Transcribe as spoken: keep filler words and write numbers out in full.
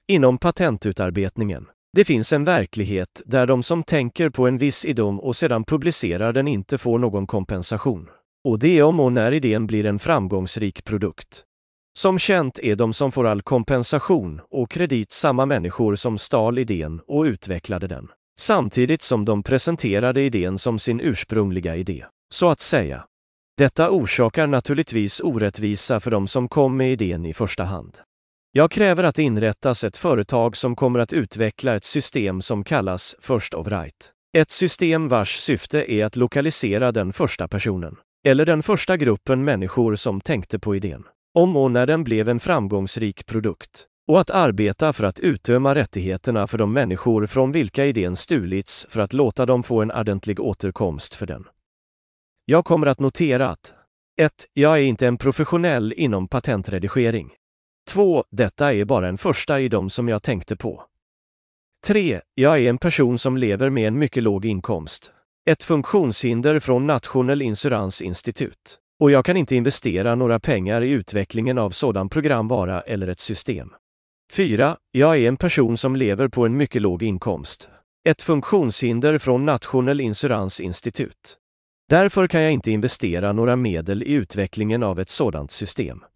Inom patentutarbetningen. Det finns en verklighet där de som tänker på en viss idé och sedan publicerar den inte får någon kompensation. Och det är om och när idén blir en framgångsrik produkt. Som känt är de som får all kompensation och kredit samma människor som stal idén och utvecklade den. Samtidigt som de presenterade idén som sin ursprungliga idé, så att säga. Detta orsakar naturligtvis orättvisa för de som kom med idén i första hand. Jag kräver att det inrättas ett företag som kommer att utveckla ett system som kallas First of Right. Ett system vars syfte är att lokalisera den första personen, eller den första gruppen människor som tänkte på idén, om och när den blev en framgångsrik produkt, och att arbeta för att utdöma rättigheterna för de människor från vilka idén stulits för att låta dem få en ordentlig återkomst för den. Jag kommer att notera att ett. Jag är inte en professionell inom patentredigering. två. Detta är bara en första i dem som jag tänkte på. tre. Jag är en person som lever med en mycket låg inkomst. Ett funktionshinder från National Insurance Institute. Och jag kan inte investera några pengar i utvecklingen av sådan programvara eller ett system. fyra. Jag är en person som lever på en mycket låg inkomst. Ett funktionshinder från National Insurance Institute. Därför kan jag inte investera några medel i utvecklingen av ett sådant system.